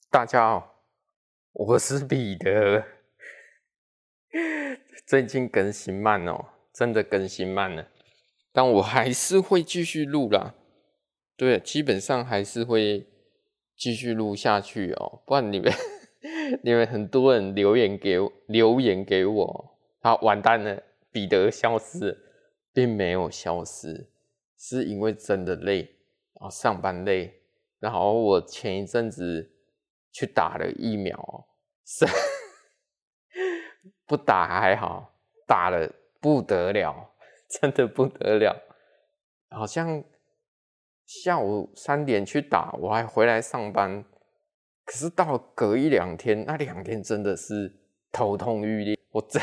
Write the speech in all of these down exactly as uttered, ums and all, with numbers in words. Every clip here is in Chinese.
大家好，我是彼得。最近更新慢哦，真的更新慢了，但我还是会继续录啦。对，基本上还是会继续录下去哦，不然你们你们很多人留言给我留言给我，啊，完蛋了，彼得消失了，并没有消失，是因为真的累，然后上班累，然后我前一阵子去打了疫苗，是不打还好，打了不得了，真的不得了，好像下午三点去打，我还回来上班，可是到了隔一两天，那两天真的是头痛欲裂，我真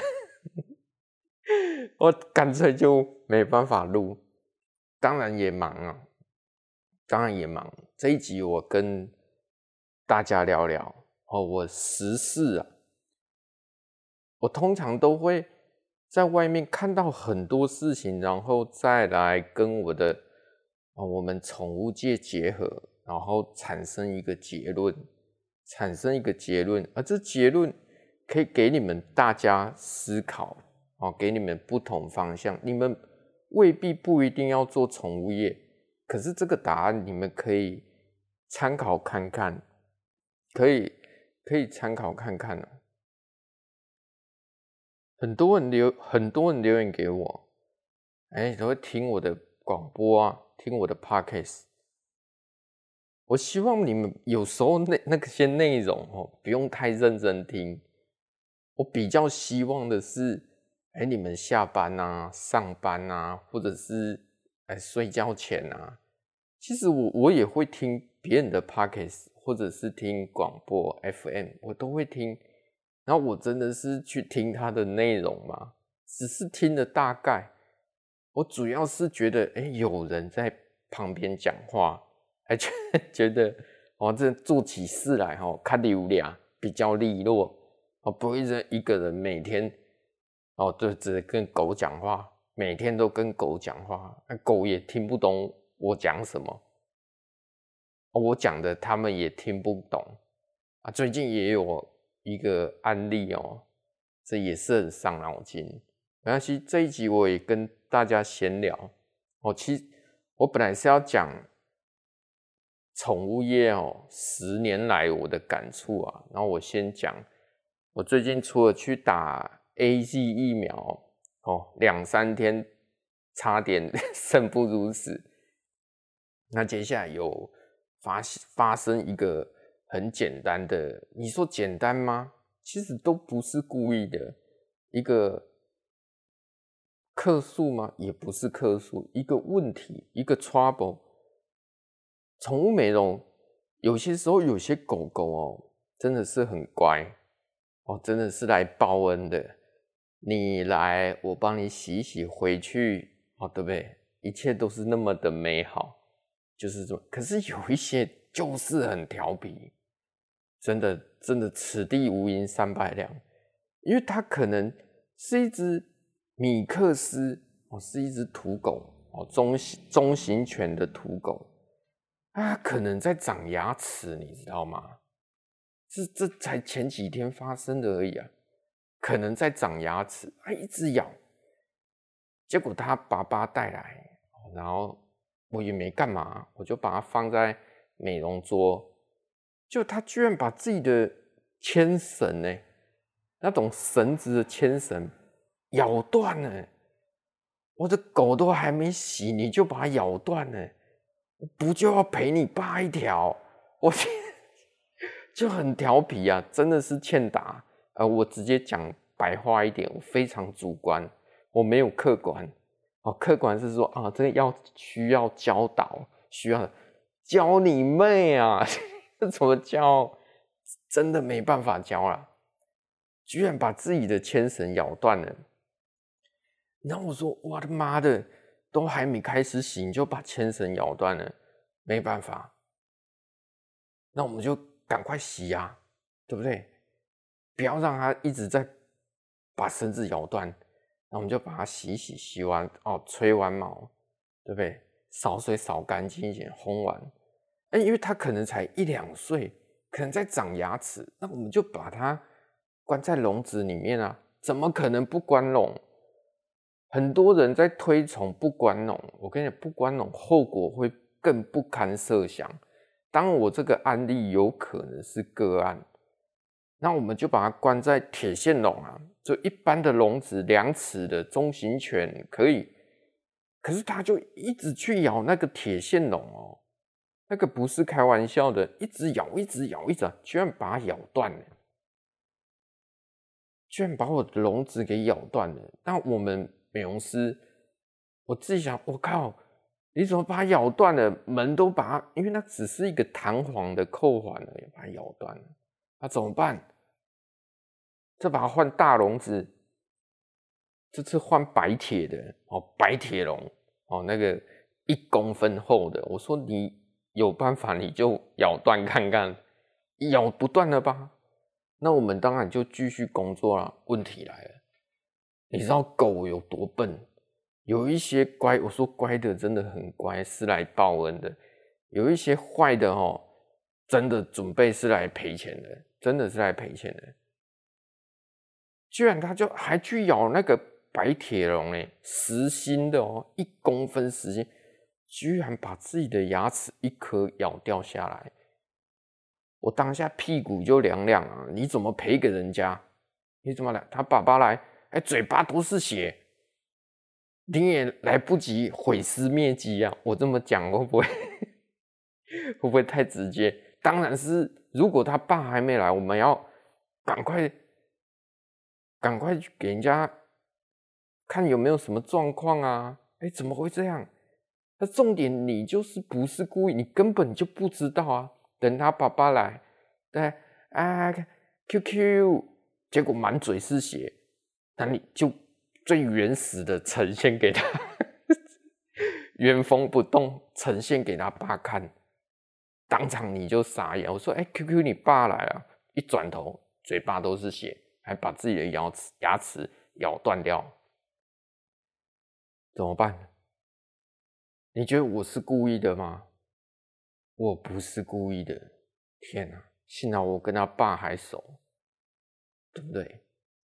我干脆就没办法录，当然也忙啊，当然也忙。这一集我跟大家聊聊哦，我时事啊，我通常都会在外面看到很多事情，然后再来跟我的哦我们宠物界结合，然后产生一个结论，产生一个结论，而这结论可以给你们大家思考哦，给你们不同方向。你们未必不一定要做宠物业，可是这个答案你们可以参考看看，可以可以参考看看啊。很多人留很多人留言给我，哎、欸，都会听我的广播啊，听我的 podcast。我希望你们有时候那那些内容哦，不用太认真听。我比较希望的是，哎、欸，你们下班啊、上班啊，或者是哎、欸、睡觉前啊，其实我我也会听别人的 podcast， 或者是听广播 F M， 我都会听。然后我真的是去听它的内容吗？只是听了大概。我主要是觉得，哎、欸，有人在旁边讲话，还觉得哦，这做起事来哈，较流利，比较利落哦，不会是一个人每天哦，就只跟狗讲话，每天都跟狗讲话，那狗也听不懂我讲什么，哦、我讲的他们也听不懂啊。最近也有一个案例哦，这也是很伤脑筋。没关系，这一集我也跟大家闲聊。哦，其实我本来是要讲宠物业哦，十年来我的感触啊。然后我先讲，我最近除了去打 A Z 疫苗哦，两三天差点生不如死。那接下来有发发生一个很简单的，你说简单吗？其实都不是故意的，一个客诉吗？也不是客诉，一个问题，一个 trouble。宠物美容有些时候有些狗狗哦，真的是很乖哦，真的是来报恩的。你来，我帮你洗洗回去哦，对不对？一切都是那么的美好，就是这么。可是有一些就是很调皮，真的真的此地无银三百两，因为它可能是一只米克斯哦，是一只土狗哦，中中型犬的土狗，它可能在长牙齿，你知道吗？这这才前几天发生的而已啊，可能在长牙齿，它一直咬，结果他爸爸带来，然后我也没干嘛，我就把它放在美容桌，就他居然把自己的牵绳呢，那种绳子的牵绳咬断了，我的狗都还没洗，你就把它咬断了，不就要赔你爸一条？我就很调皮啊，真的是欠打。呃，我直接讲白话一点，我非常主观，我没有客观。哦，客观是说啊，这个要需要教导，需要教你妹啊！这怎么教？真的没办法教啦，居然把自己的牵绳咬断了。然后我说：“我的妈的，都还没开始洗，你就把牵绳咬断了，没办法。那我们就赶快洗啊，对不对？不要让它一直在把绳子咬断。那我们就把它洗一洗，洗完哦，吹完毛，对不对？扫水扫干净一点，烘完。哎，因为它可能才一两岁， 可能在长牙齿，那我们就把它关在笼子里面啊，怎么可能不关笼？很多人在推崇不关笼，我跟你讲，不关笼后果会更不堪设想。当我这个案例有可能是个案，那我们就把它关在铁线笼啊，就一般的笼子，两尺的中型犬可以，可是它就一直去咬那个铁线笼哦，那个不是开玩笑的，一直咬，一直咬，一直咬，居然把它咬断了，居然把我的笼子给咬断了。那我们美容师，我自己想，我靠，你怎么把它咬断了？门都把它，因为那只是一个弹簧的扣环而已，把它咬断了，那怎么办？这把它换大笼子，这次换白铁的哦，白铁笼哦，那个一公分厚的。我说你有办法你就咬断看看，咬不断了吧？那我们当然就继续工作啦。问题来了，你知道狗有多笨？有一些乖，我说乖的真的很乖，是来报恩的；有一些坏的哦，真的准备是来赔钱的，真的是来赔钱的。居然他就还去咬那个白铁笼诶，实心的哦，一公分实心，居然把自己的牙齿一颗咬掉下来。我当下屁股就凉凉啊！你怎么赔给人家？你怎么来？他爸爸来，哎，嘴巴都是血，你也来不及毁尸灭迹啊！我这么讲会不会会不会太直接？当然是，如果他爸还没来，我们要赶快赶快去给人家看有没有什么状况啊？哎，怎么会这样？那重点你就是不是故意，你根本就不知道啊。等他爸爸来，对啊 ，Q Q， 结果满嘴是血，那你就最原始的呈现给他，原封不动呈现给他爸看，当场你就傻眼。我说，哎 ，Q Q， 你爸来了，一转头嘴巴都是血，还把自己的牙齿牙齿咬断掉，怎么办？你觉得我是故意的吗？我不是故意的，天哪！幸好我跟他爸还熟，对不对？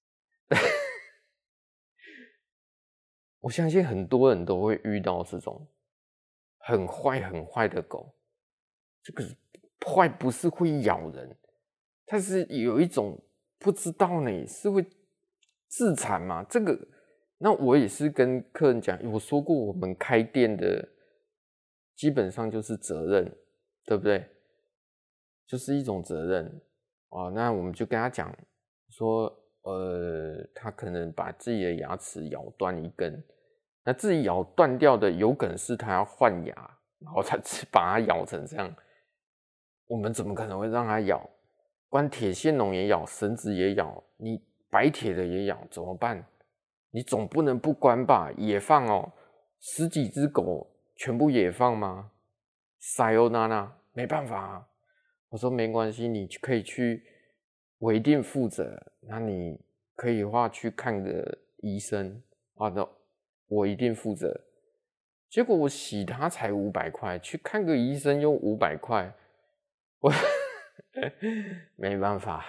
我相信很多人都会遇到这种很坏很坏的狗。这个坏不是会咬人，它是有一种不知道呢，是会自残嘛？这个，那我也是跟客人讲，我说过我们开店的基本上就是责任，对不对？就是一种责任啊。那我们就跟他讲说，呃，他可能把自己的牙齿咬断一根，那自己咬断掉的有可能是他要换牙，然后他把它咬成这样，我们怎么可能会让他咬？关铁线笼也咬，绳子也咬，你白铁的也咬，怎么办？你总不能不关吧？野放哦，十几只狗全部野放吗？塞欧娜娜，没办法啊。我说没关系，你可以去，我一定负责。那你可以的话去看个医生啊，那我一定负责。结果我洗它才五百块，去看个医生用五百块，我没办法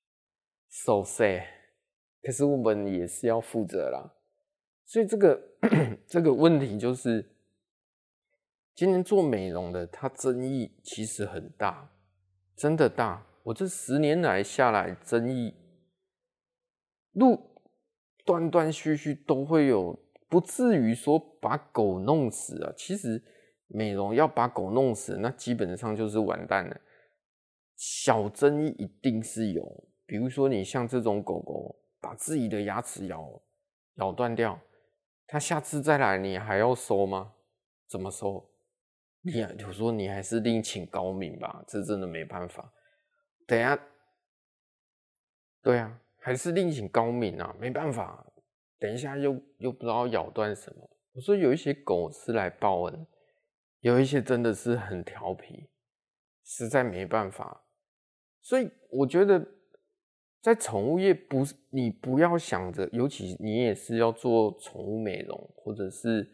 ，so sad。可是我们也是要负责啦，所以这个这个问题就是，今天做美容的，它争议其实很大。真的大，我这十年来下来，争议路断断续续都会有，不至于说把狗弄死啊。其实美容要把狗弄死，那基本上就是完蛋了。小争议一定是有，比如说你像这种狗狗，把自己的牙齿咬咬断掉，它下次再来，你还要收吗？怎么收？你我说你还是另请高明吧，这真的没办法。等一下，对啊，还是另请高明啊，没办法。等一下又又不知道咬断什么。我说有一些狗是来报恩，有一些真的是很调皮，实在没办法。所以我觉得，在宠物业不是你不要想着，尤其你也是要做宠物美容，或者是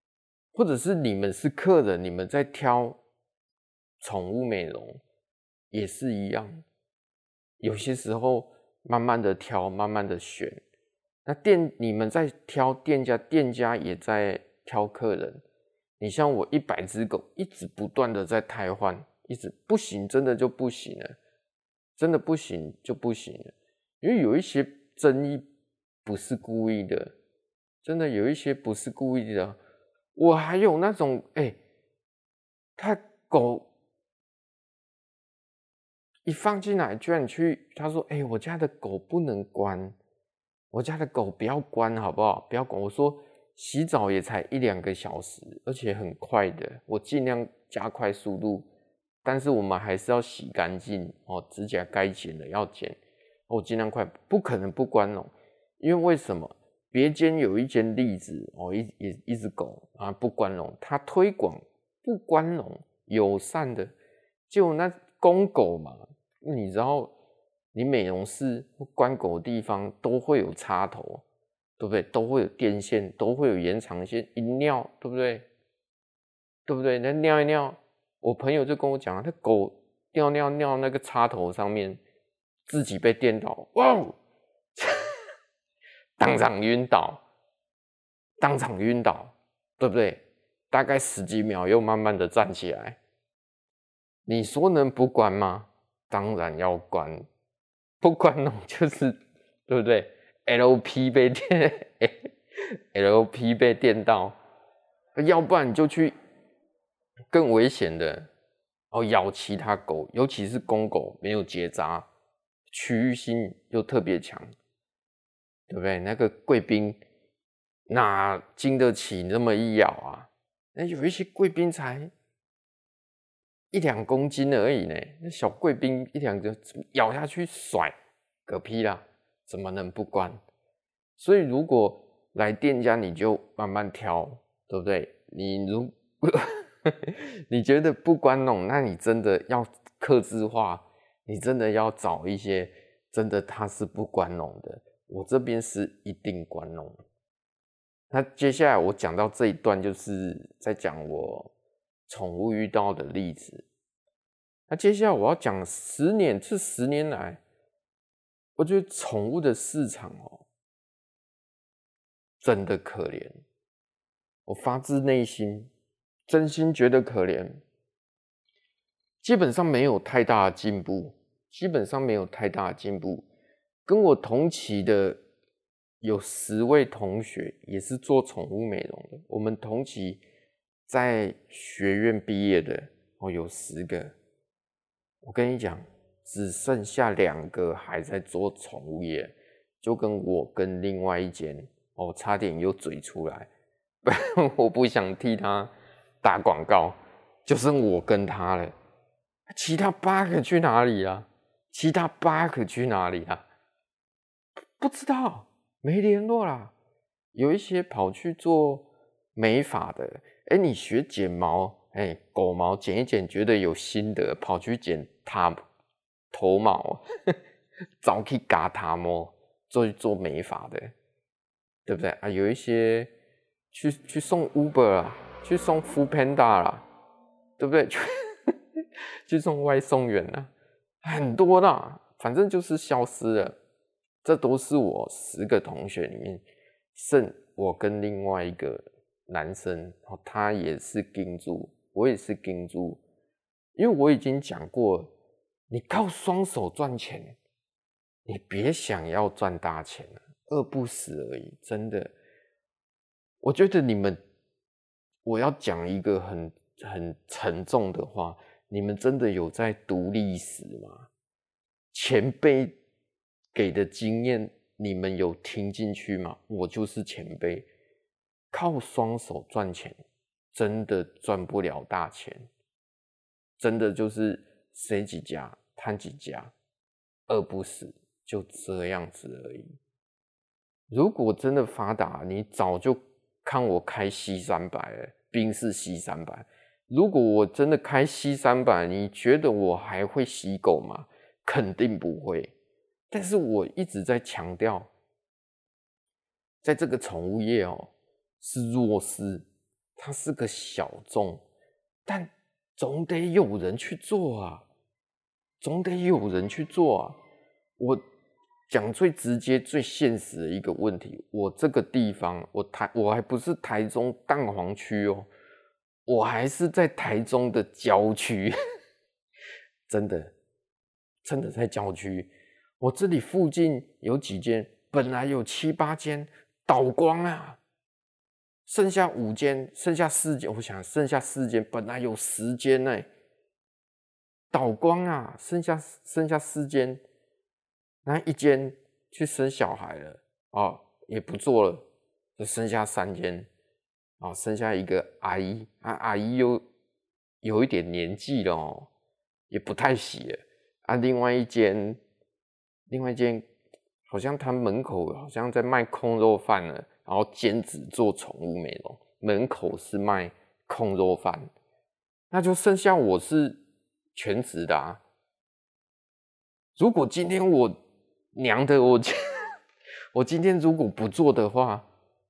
或者是你们是客人，你们在挑宠物美容， 也是一样，有些时候慢慢的挑，慢慢的选。那店你们在挑店家，店家也在挑客人。你像我一百只狗，一直不断的在汰换，一直不行，真的就不行了，真的不行就不行了。因为有一些争议不是故意的，真的有一些不是故意的。我还有那种，哎、欸，他狗一放进来，居然去，他说，哎、欸，我家的狗不能关。我家的狗不要关好不好？不要关。我说洗澡也才一两个小时，而且很快的，我尽量加快速度，但是我们还是要洗干净哦，指甲该剪的要剪，我尽量快，不可能不关笼，因为为什么？别间有一间例子哦，一一一只狗啊不关笼，它推广不关笼友善的，就那公狗嘛，你知道。你美容室关狗的地方都会有插头，对不对？都会有电线，都会有延长线。一尿，对不对？对不对？那尿一尿，我朋友就跟我讲，他狗尿尿尿那个插头上面，自己被电到，哇！当场晕倒，当场晕倒，对不对？大概十几秒又慢慢的站起来。你说能不关吗？当然要关。不关笼就是对不对 ？L P 被电，L P 被电到，要不然你就去更危险的哦，咬其他狗，尤其是公狗没有结扎，区域性又特别强，对不对？那个贵宾哪经得起那么一咬啊？那有一些贵宾才一两公斤而已呢，那小贵宾一两个咬下去甩，嗝屁啦，怎么能不关？所以如果来店家你就慢慢挑，对不对？你如你觉得不关笼，那你真的要客制化，你真的要找一些真的它是不关笼的。我这边是一定关笼。那接下来我讲到这一段，就是在讲我宠物遇到的例子。那接下来我要讲十年，这十年来，我觉得宠物的市场哦，真的可怜。我发自内心，真心觉得可怜。基本上没有太大的进步，基本上没有太大的进步。跟我同期的有十位同学，也是做宠物美容的。我们同期在学院毕业的哦，有十个。我跟你讲，只剩下两个还在做宠物业，就跟我跟另外一间哦，差点又嘴出来，我不想替他打广告，就剩我跟他了。其他八个去哪里啊？其他八个去哪里啊？不知道，没联络啦。有一些跑去做美发的，哎、欸，你学剪毛，哎、欸，狗毛剪一剪，觉得有心得，跑去剪它头毛，早去嘎它毛，做做美发的，对不对啊？有一些去去送 Uber 啊，去送 Foodpanda 啦，对不对？去送外送员啊，很多啦，反正就是消失了。这都是我十个同学里面，剩我跟另外一个男生，他也是盯住，我也是盯住，因为我已经讲过，你靠双手赚钱，你别想要赚大钱了，饿不死而已，真的。我觉得你们，我要讲一个很很沉重的话，你们真的有在读历史吗？前辈给的经验，你们有听进去吗？我就是前辈，靠双手赚钱，真的赚不了大钱，真的就是谁几家贪几家，饿不死，就这样子而已。如果真的发达，你早就看我开 C 三百了，宾士 C 三百。如果我真的开 C 三百，你觉得我还会洗狗吗？肯定不会。但是我一直在强调，在这个宠物业哦，是弱势，它是个小众，但总得有人去做啊。 总得有人去做啊。我讲最直接、最现实的一个问题，我这个地方，我台我还不是台中蛋黄区哦，我还是在台中的郊区，真的，真的在郊区。我这里附近有几间，本来有七八间，倒光啊，剩下五间，剩下四间。我想剩下四间，本来有十间呢，倒光啊，剩下剩下四间，那一间去生小孩了哦，也不做了，就剩下三间啊，剩下一个阿姨啊，阿姨又有一点年纪了哦，也不太洗了啊。另外一间，另外一间好像他门口好像在卖控肉饭了，然后兼职做宠物美容，门口是卖控肉饭，那就剩下我是全职的啊。如果今天我娘的我我今天如果不做的话，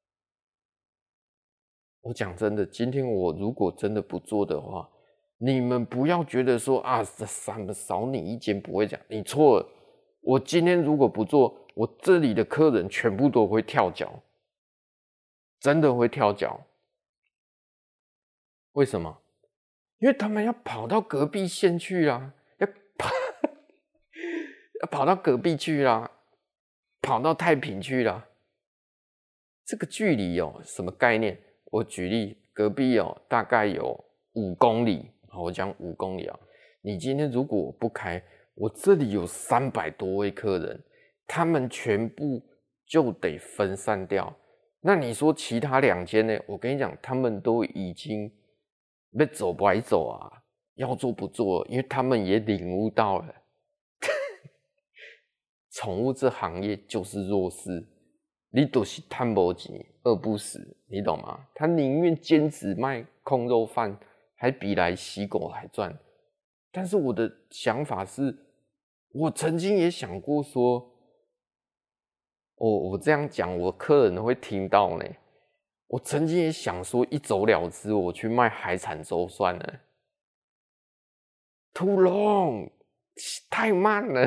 我讲真的，今天我如果真的不做的话，你们不要觉得说啊，少少你一间不会讲，你错了。我今天如果不做，我这里的客人全部都会跳脚，真的会跳脚。为什么？因为他们要跑到隔壁县去啦，要跑要跑到隔壁去啦，跑到太平去啦。这个距离哦，什么概念？我举例，隔壁哦，大概有五公里。好，我讲五公里啊。你今天如果我不开，我这里有三百多位客人，他们全部就得分散掉。那你说其他两间呢？我跟你讲，他们都已经要走不来走啊，要做不做，因为他们也领悟到了，宠物这行业就是弱势。你就是贪不钱，饿不死，你懂吗？他宁愿兼职卖空肉饭，还比来洗狗还赚。但是我的想法是，我曾经也想过说，哦，我这样讲，我客人会听到呢。我曾经也想说，一走了之，我去卖海产粥算了。Too long，太慢了，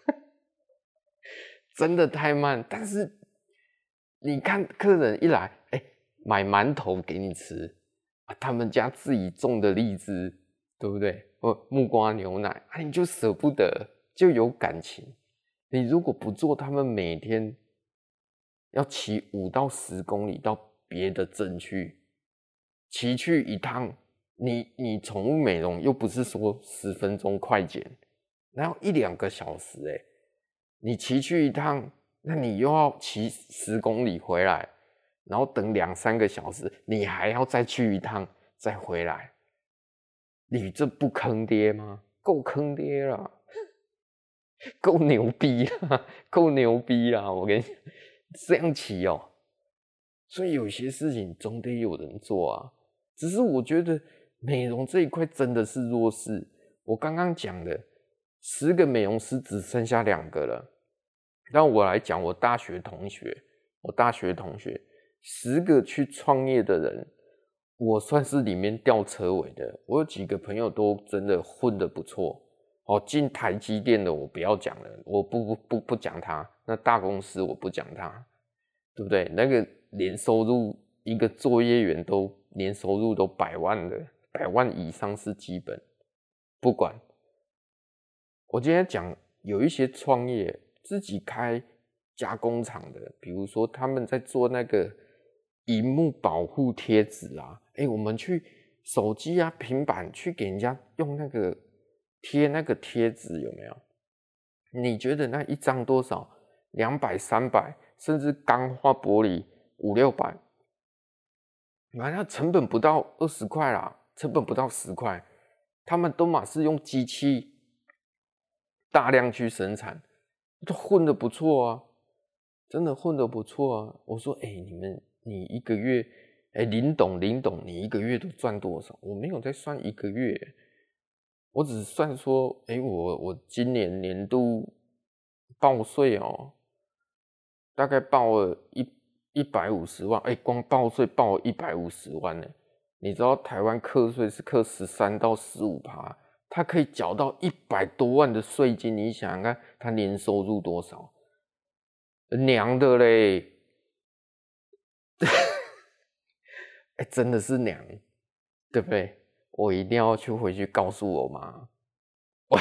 真的太慢。但是。你看客人一来，哎、欸，买馒头给你吃啊，他们家自己种的荔枝，对不对？哦，木瓜牛奶啊，你就舍不得，就有感情。你如果不做，他们每天要骑五到十公里到别的镇去，骑去一趟，你你宠物美容又不是说十分钟快剪，然后一两个小时、欸，哎，你骑去一趟。那你又要骑十公里回来，然后等两三个小时，你还要再去一趟，再回来，你这不坑爹吗？够坑爹了，够牛逼了，够牛逼了！我跟你这样骑哦，所以有些事情总得有人做啊。只是我觉得美容这一块真的是弱势。我刚刚讲的十个美容师只剩下两个了。让我来讲，我大学同学，我大学同学，十个去创业的人，我算是里面吊车尾的。我有几个朋友都真的混得不错，哦，进台积电的我不要讲了，我不不不不讲他，那大公司我不讲他，对不对？那个年收入一个作业员都年收入都百万的，百万以上是基本，不管。我今天讲有一些创业。自己开加工厂的，比如说他们在做那个萤幕保护贴纸啊，哎、欸，我们去手机啊、平板去给人家用那个贴那个贴纸，有没有？你觉得那一张多少？两百、三百，甚至钢化玻璃五六百，那成本不到二十块啦，成本不到十块，他们都嘛是用机器大量去生产。都混得不错啊，真的混得不错啊！我说，哎、欸，你们，你一个月，哎、欸，林董，林董，你一个月都赚多少？我没有在算一个月，我只是算说，哎、欸，我我今年年度报税哦，大概报了一一百五十万，哎、欸，光报税报了一百五十万呢。你知道台湾课税是课十三到十五趴， 他可以缴到一百多万的税金，你想想看，他年收入多少？娘的嘞！哎、欸，真的是娘，对不对？我一定要去回去告诉我妈。我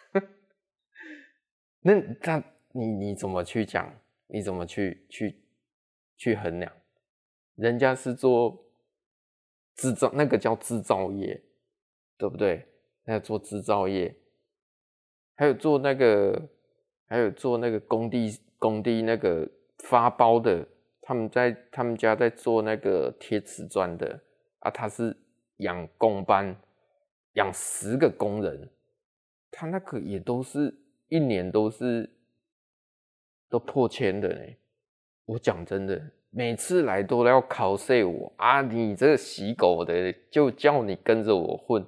那他你你怎么去讲？你怎么去去去衡量？人家是做制造，那个叫制造业，对不对？那做制造业，还有做那个，还有做那个工地工地那个发包的，他们在他们家在做那个贴瓷砖的啊，他是养工班，养十个工人，他那个也都是一年都是都破千的呢。我讲真的，每次来都要考试我啊！你这个洗狗的，就叫你跟着我混，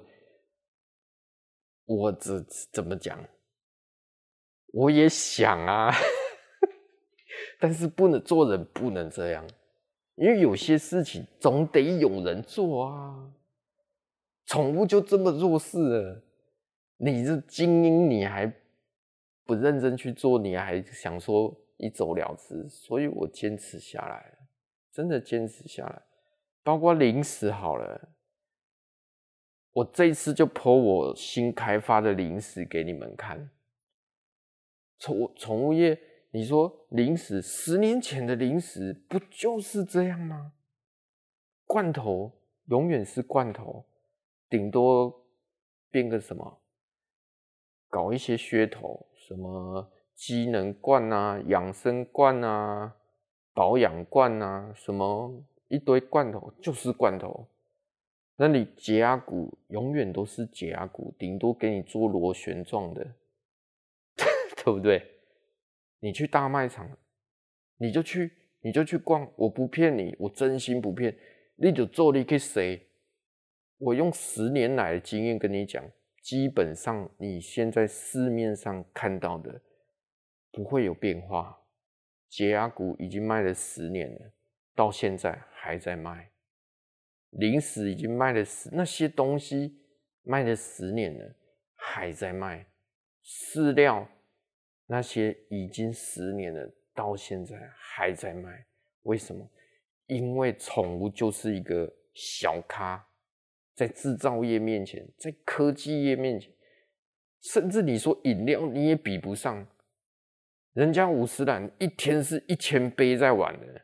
我怎怎么讲？我也想啊，但是不能做人，不能这样，因为有些事情总得有人做啊。宠物就这么弱势了，你是精英，你还不认真去做，你还想说一走了之，所以我坚持下来了，真的坚持下来。包括零食好了，我这一次就 po 我新开发的零食给你们看。宠宠物业，你说零食，十年前的零食不就是这样吗？罐头永远是罐头，顶多变个什么，搞一些噱头，什么机能罐啊、养生罐啊、保养罐啊，什么一堆罐头就是罐头。那你解压骨永远都是解压骨，顶多给你做螺旋状的。对不对？你去大卖场，你就去，你就去逛，我不骗你，我真心不骗，你就做你去洗。我用十年来的经验跟你讲，基本上你现在市面上看到的不会有变化。解压骨已经卖了十年了，到现在还在卖。零食已经卖了十，那些东西卖了十年了，还在卖。饲料。那些已经十年了，到现在还在卖，为什么？因为宠物就是一个小咖，在制造业面前，在科技业面前，甚至你说饮料你也比不上，人家五十岚一天是一千杯在玩的，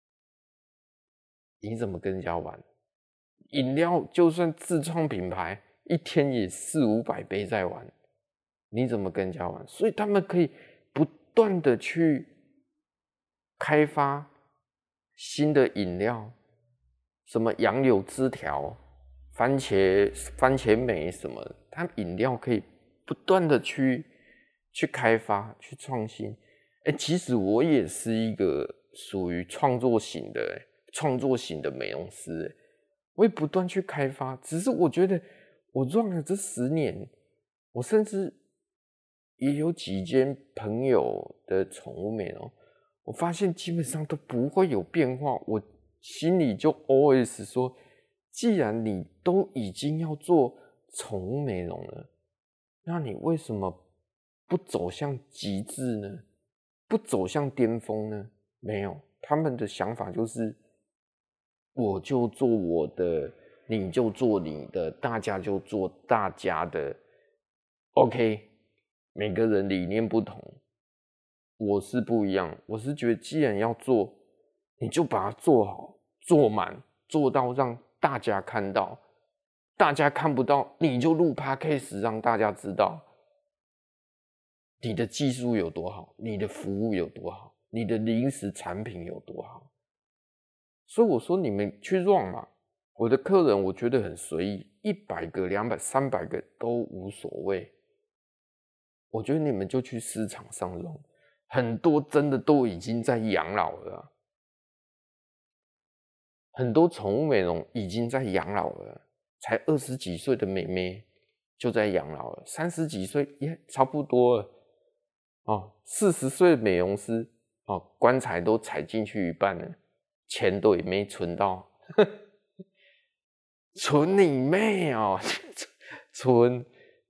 你怎么跟人家玩？饮料就算自创品牌，一天也四五百杯在玩。你怎么跟人家玩？所以他们可以不断的去开发新的饮料，什么杨柳枝条、番茄番茄莓什么的，他们饮料可以不断的去去开发、去创新。哎，其实我也是一个属于创作型的创作型的美容师，我也不断去开发。只是我觉得我 run 了这十年，我甚至也有几间朋友的宠物美容，我发现基本上都不会有变化。我心里就 always 说，既然你都已经要做宠物美容了，那你为什么不走向极致呢？不走向巅峰呢？没有，他们的想法就是，我就做我的，你就做你的，大家就做大家的 ，OK。每个人理念不同，我是不一样。我是觉得，既然要做，你就把它做好、做满，做到让大家看到。大家看不到，你就录 podcast 让大家知道你的技术有多好，你的服务有多好，你的零食产品有多好。所以我说，你们去 run 嘛。我的客人我觉得很随意，一百个、两百、三百个都无所谓。我觉得你们就去市场上用，很多真的都已经在养老了、啊，很多宠物美容已经在养老了，才二十几岁的妹妹就在养老了，三十几岁也差不多了，哦，四十岁的美容师哦，棺材都踩进去一半了，钱都也没存到，存你妹哦，存。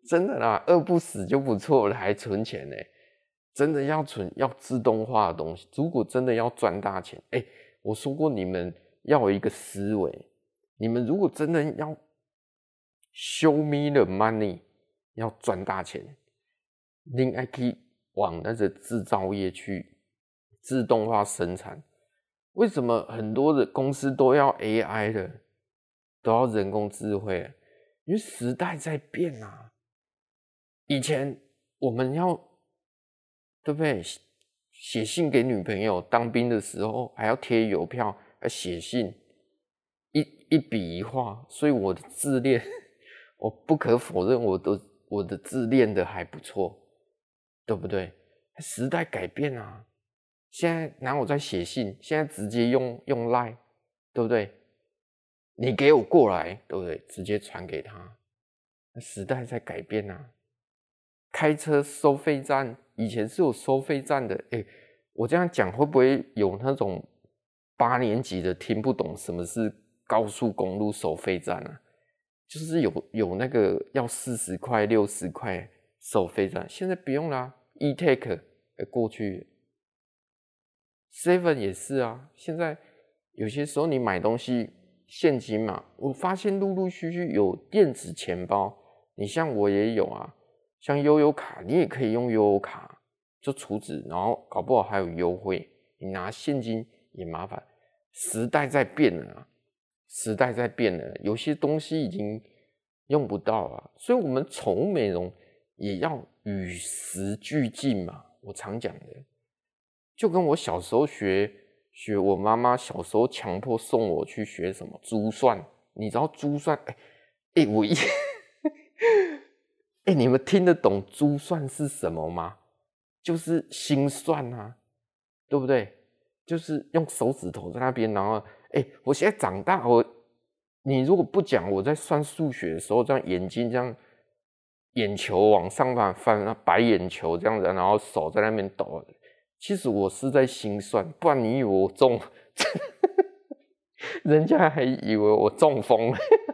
真的啦，饿不死就不错了，还存钱呢。真的要存要自动化的东西，如果真的要赚大钱，哎、欸，我说过你们要有一个思维，你们如果真的要 show me the money， 要赚大钱，你还可以往那个制造业去自动化生产。为什么很多的公司都要 A I 的，都要人工智慧？因为时代在变啊。以前我们要，对不对？写信给女朋友，当兵的时候还要贴邮票，还写信，一一笔一画，所以我的自恋，我不可否认，我的我的自恋的还不错，对不对？时代改变啊，现在哪有在写信？现在直接用用 Line， 对不对？你给我过来，对不对？直接传给他。时代在改变啊。开车收费站以前是有收费站的，哎，我这样讲会不会有那种八年级的听不懂什么是高速公路收费站啊？就是有有那个要四十块、六十块收费站，现在不用啦 ，e-take 过去 ，seven 也是啊。现在有些时候你买东西现金嘛，我发现陆陆续续有电子钱包，你像我也有啊。像悠游卡，你也可以用悠游卡就储值，然后搞不好还有优惠。你拿现金也麻烦。时代在变了啊，时代在变了，有些东西已经用不到了，所以我们宠物美容也要与时俱进嘛。我常讲的，就跟我小时候学学，我妈妈小时候强迫送我去学什么珠算，你知道珠算？哎、欸欸、我一。哎、欸，你们听得懂珠算是什么吗？就是心算啊，对不对？就是用手指头在那边，然后，哎、欸，我现在长大，我你如果不讲，我在算数学的时候，这样眼睛这样，眼球往上翻翻，白眼球这样子，然后手在那边抖。其实我是在心算，不然你以为我中，人家还以为我中风了，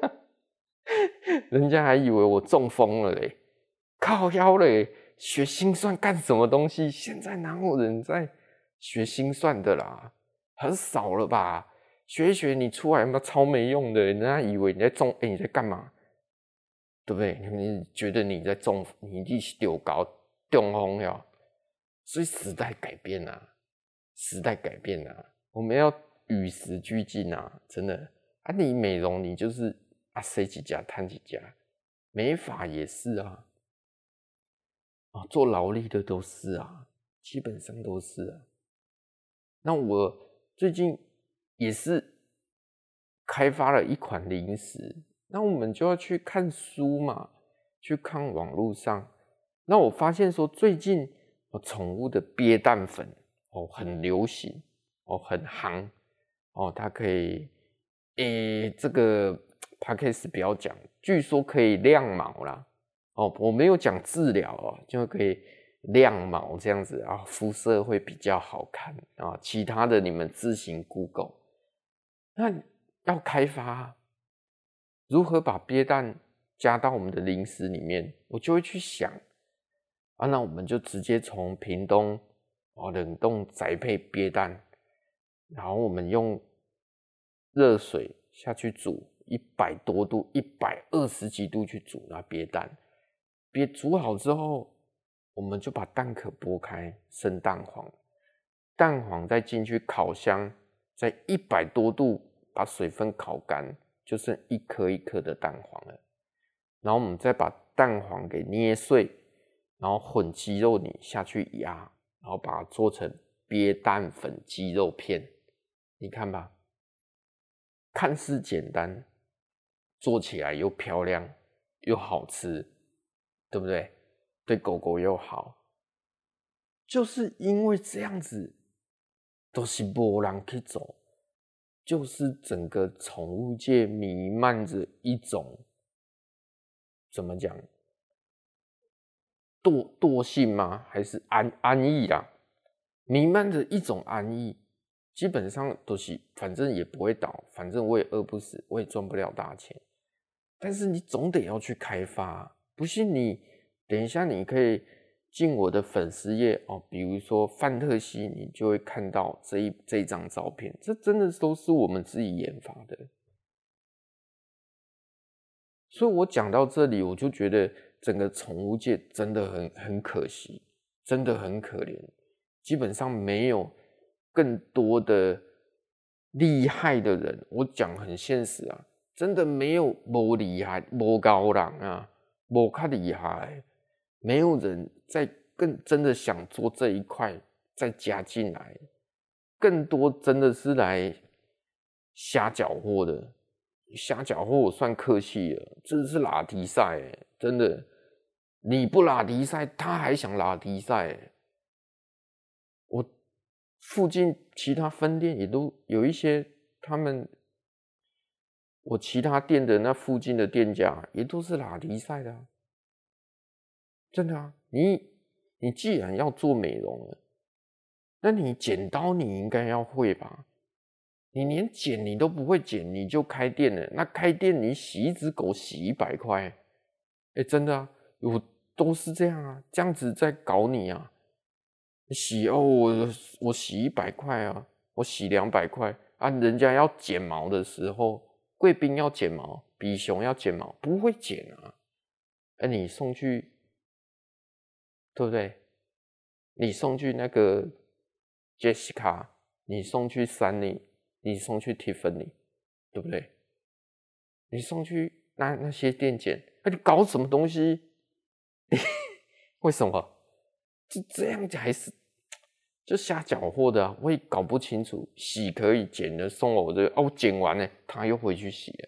人家还以为我中风了嘞。靠腰嘞，学心算干什么东西？现在哪有人在学心算的啦？很少了吧？学一学你出来嘛超没用的，人家以为你在中，哎、欸，你在干嘛？对不对？你觉得你在中，你一是丢高中风了？所以时代改变啊，时代改变啊，我们要与时俱进啊，真的啊！你美容你就是啊，塞几家摊几家，美发也是啊。啊，做劳力的都是啊，基本上都是啊。那我最近也是开发了一款零食，那我们就要去看书嘛，去看网络上。那我发现说，最近哦，宠物的鳖蛋粉哦很流行哦，很夯哦，它可以，诶，这个 podcast 不要讲，据说可以亮毛啦。哦，我没有讲治疗哦，就可以亮毛这样子啊，肤色会比较好看啊。其他的你们自行 Google。那要开发如何把鳖蛋加到我们的零食里面，我就会去想啊，那我们就直接从屏东哦冷冻宅配鳖蛋，然后我们用热水下去煮一百多度，一百二十几度去煮那鳖蛋。鳖煮好之后，我们就把蛋壳剥开，生蛋黄，蛋黄再进去烤箱，在一百多度把水分烤干，就剩一颗一颗的蛋黄了。然后我们再把蛋黄给捏碎，然后混鸡肉泥下去压，然后把它做成鳖蛋粉鸡肉片。你看吧，看似简单，做起来又漂亮又好吃。对不对？对狗狗又好，就是因为这样子，都是没人去走，就是整个宠物界弥漫着一种怎么讲，惰惰性吗？还是安安逸啊？弥漫着一种安逸，基本上都是反正也不会倒，反正我也饿不死，我也赚不了大钱，但是你总得要去开发。 不信你等一下你可以进我的粉丝页哦，比如说范特西，你就会看到这一这一张照片，这真的都是我们自己研发的。所以我讲到这里，我就觉得整个宠物界真的很很可惜，真的很可怜，基本上没有更多的厉害的人。我讲很现实啊，真的没有没厉害，没高人啊，没较厉害，没有人在更真的想做这一块再加进来，更多真的是来瞎搅和的。瞎搅和我算客气了，这是拉迪赛欸，真的，你不拉迪赛，他还想拉迪赛欸。我附近其他分店也都有一些，他们我其他店的那附近的店家也都是拉迪赛的啊，真的啊。你你既然要做美容了，那你剪刀你应该要会吧？你连剪你都不会剪，你就开店了？那开店你洗一只狗洗一百块，哎，真的啊，我都是这样啊，这样子在搞你啊！洗哦，我我洗一百块啊，我洗两百块啊，人家要剪毛的时候，贵宾要剪毛，比熊要剪毛，不会剪啊，哎，你送去，对不对？你送去那个 Jessica， 你送去 Sunny， 你送去 Tiffany， 对不对？你送去那那些店剪，那、啊、你搞什么东西？为什么？就这样还是就瞎搅和的啊？我也搞不清楚。洗可以剪的送我这个，哦，我剪完了，他又回去洗了，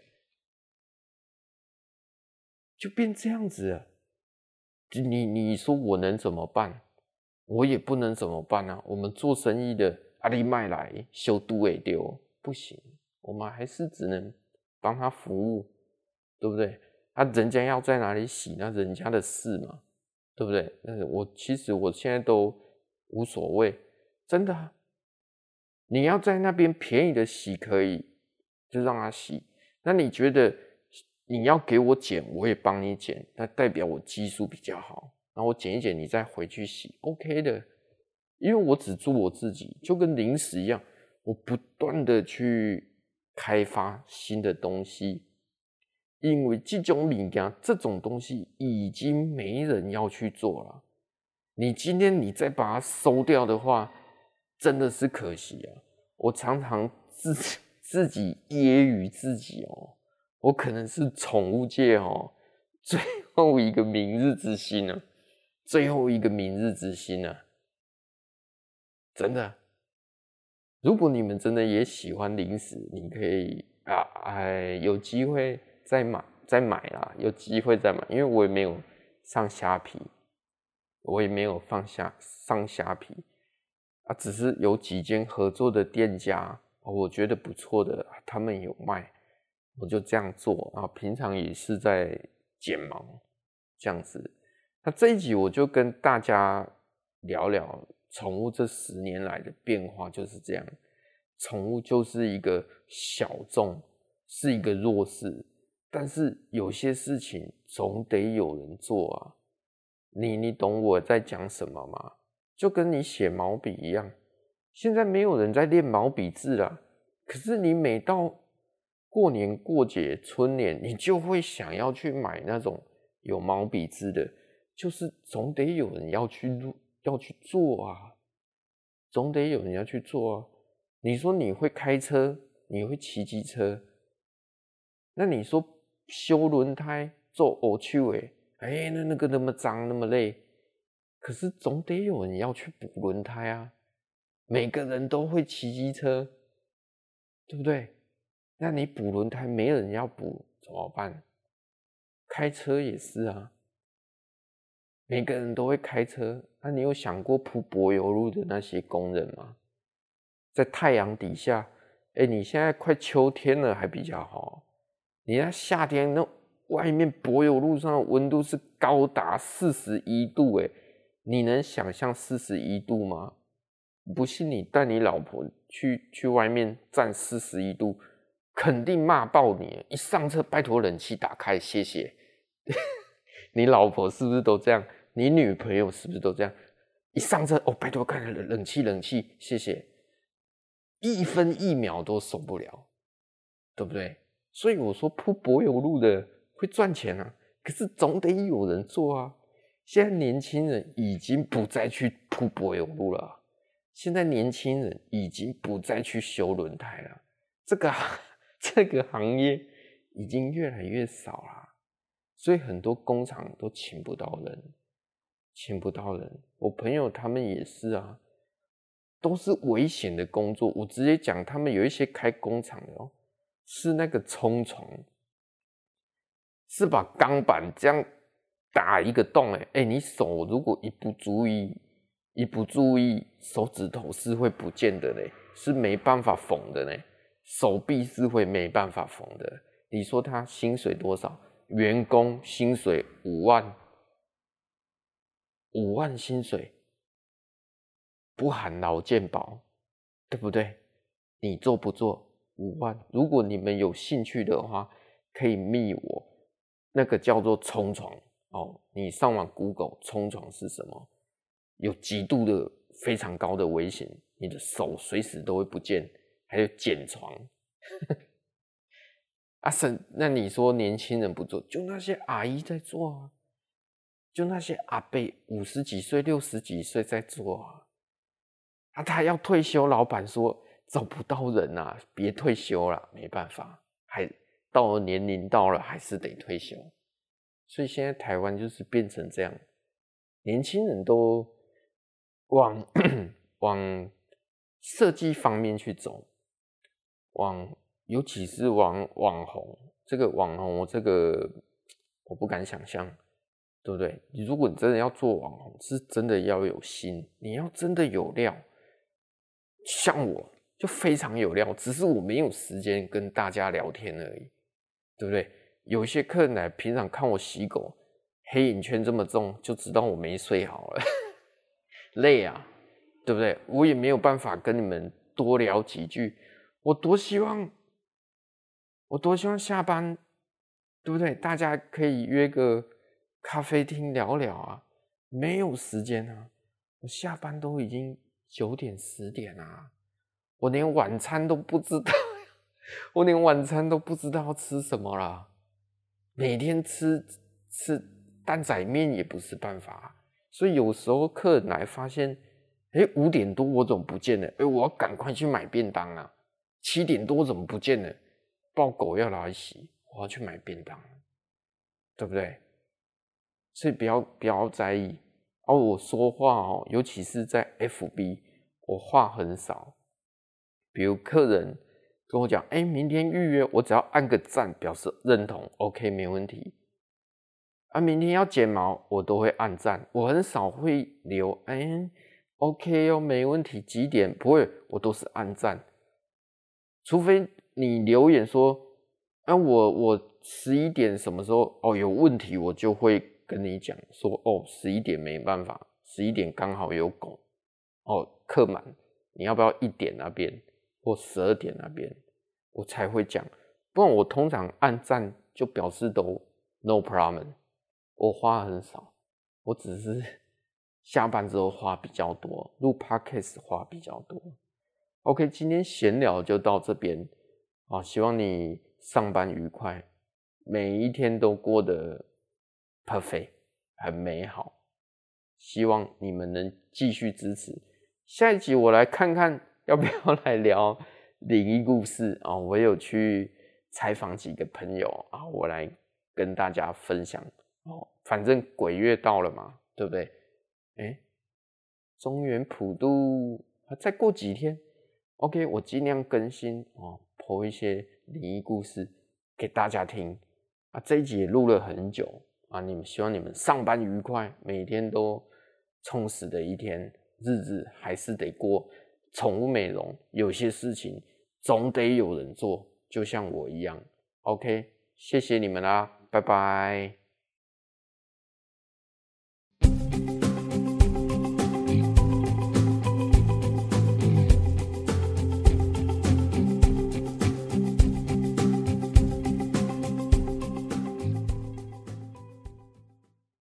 就变这样子了。你你说我能怎么办？我也不能怎么办啊！我们做生意的，阿里卖来修都会丢，不行，我们还是只能帮他服务，对不对？啊，人家要在哪里洗，那人家的事嘛，对不对？但是我其实我现在都无所谓，真的啊。你要在那边便宜的洗可以，就让他洗。那你觉得你要给我剪，我也帮你剪，那代表我技术比较好。然后我剪一剪，你再回去洗 ，OK 的。因为我只做我自己，就跟零食一样，我不断的去开发新的东西。因为这种物件，这种东西已经没人要去做了。你今天你再把它收掉的话，真的是可惜啊！我常常自自己揶揄自己哦，我可能是宠物界哦最后一个明日之星啊，最后一个明日之星啊，真的。如果你们真的也喜欢零食，你可以啊，哎，有机会再买再买啦，有机会再买，因为我也没有上虾皮，我也没有放下上虾皮啊，只是有几间合作的店家，我觉得不错的，他们有卖，我就这样做啊。平常也是在剪毛这样子。那这一集我就跟大家聊聊宠物这十年来的变化，就是这样。宠物就是一个小众，是一个弱势，但是有些事情总得有人做啊。你你懂我在讲什么吗？就跟你写毛笔一样，现在没有人在练毛笔字了，可是你每到过年过节春联，你就会想要去买那种有毛笔字的，就是总得有人要去要去做啊，总得有人要去做啊。你说你会开车，你会骑机车，那你说修轮胎做偶趣诶，哎，那那个那么脏那么累，可是总得有人要去补轮胎啊。每个人都会骑机车，对不对？那你补轮胎没人要补怎么办？开车也是啊，每个人都会开车。那你有想过铺柏油路的那些工人吗？在太阳底下，哎，你现在快秋天了还比较好，你那夏天那外面柏油路上的温度是高达四十一度，哎，你能想象四十一度吗？不信你带你老婆去去外面站四十一度，肯定骂爆你。一上车，拜托冷气打开，谢谢。 你老婆是不是都这样？你女朋友是不是都这样？一上车哦，拜托看冷冷气冷气，谢谢，一分一秒都受不了，对不对？所以我说铺柏油路的会赚钱啊，可是总得有人做啊。现在年轻人已经不再去铺柏油路了，现在年轻人已经不再去修轮胎了，这个这个行业已经越来越少了，所以很多工厂都请不到人，请不到人。我朋友他们也是啊，都是危险的工作。我直接讲，他们有一些开工厂的哦，是那个冲床，是把钢板这样打一个洞，哎、欸、哎，你手如果一不注意，一不注意，手指头是会不见的嘞，是没办法缝的嘞，手臂是会没办法缝的。你说他薪水多少？员工薪水五万，五万薪水不含劳健保，对不对？你做不做？五万。如果你们有兴趣的话，可以密我，那个叫做冲床哦。你上网 Google 冲床是什么？有极度的非常高的危险，你的手随时都会不见。还有剪床，啊神，那你说年轻人不做，就那些阿姨在做啊，就那些阿伯五十几岁、六十几岁在做啊。啊，他要退休，老板说找不到人啊，别退休了，没办法，还到了年龄到了，还是得退休。所以现在台湾就是变成这样，年轻人都往往设计方面去走，往尤其是往网红，这个网红，这个我不敢想象，对不对？如果你真的要做网红，是真的要有心，你要真的有料。像我就非常有料，只是我没有时间跟大家聊天而已，对不对？有一些客人来，平常看我洗狗，黑眼圈这么重，就知道我没睡好了，累啊，对不对？我也没有办法跟你们多聊几句，我多希望，我多希望下班，对不对？大家可以约个咖啡厅聊聊啊，没有时间啊，我下班都已经九点十点啊，我连晚餐都不知道，我连晚餐都不知道要吃什么啦。每天吃吃蛋仔面也不是办法，所以有时候客人来发现，哎，五点多我怎么不见了？哎，我要赶快去买便当啊！七点多怎么不见了？抱狗要来洗，我要去买便当，对不对？所以不要不要在意哦。我说话哦，尤其是在 F B， 我话很少。比如客人跟我讲，哎，明天预约，我只要按个赞表示认同 ，OK， 没问题。啊，明天要剪毛，我都会按赞，我很少会留，哎 ，OK 哦，没问题，几点？不会，我都是按赞。除非你留言说，啊，我我十一点什么时候哦有问题，我就会跟你讲说，哦，十一点没办法，十一点刚好有狗，哦，客满，你要不要一点那边或十二点那边，我才会讲。不然我通常按赞就表示都 no problem。我花很少，我只是下班之后花比较多，录 podcast 花比较多。OK， 今天闲聊就到这边啊，希望你上班愉快，每一天都过得 perfect， 很美好。希望你们能继续支持。下一集我来看看要不要来聊灵异故事啊，我有去采访几个朋友啊，我来跟大家分享。哦，反正鬼月到了嘛，对不对？哎，中元普渡再过几天 ，OK， 我尽量更新哦，po 一些灵异故事给大家听啊。这一集也录了很久啊，你们希望你们上班愉快，每天都充实的一天，日子还是得过。宠物美容有些事情总得有人做，就像我一样。OK， 谢谢你们啦，拜拜。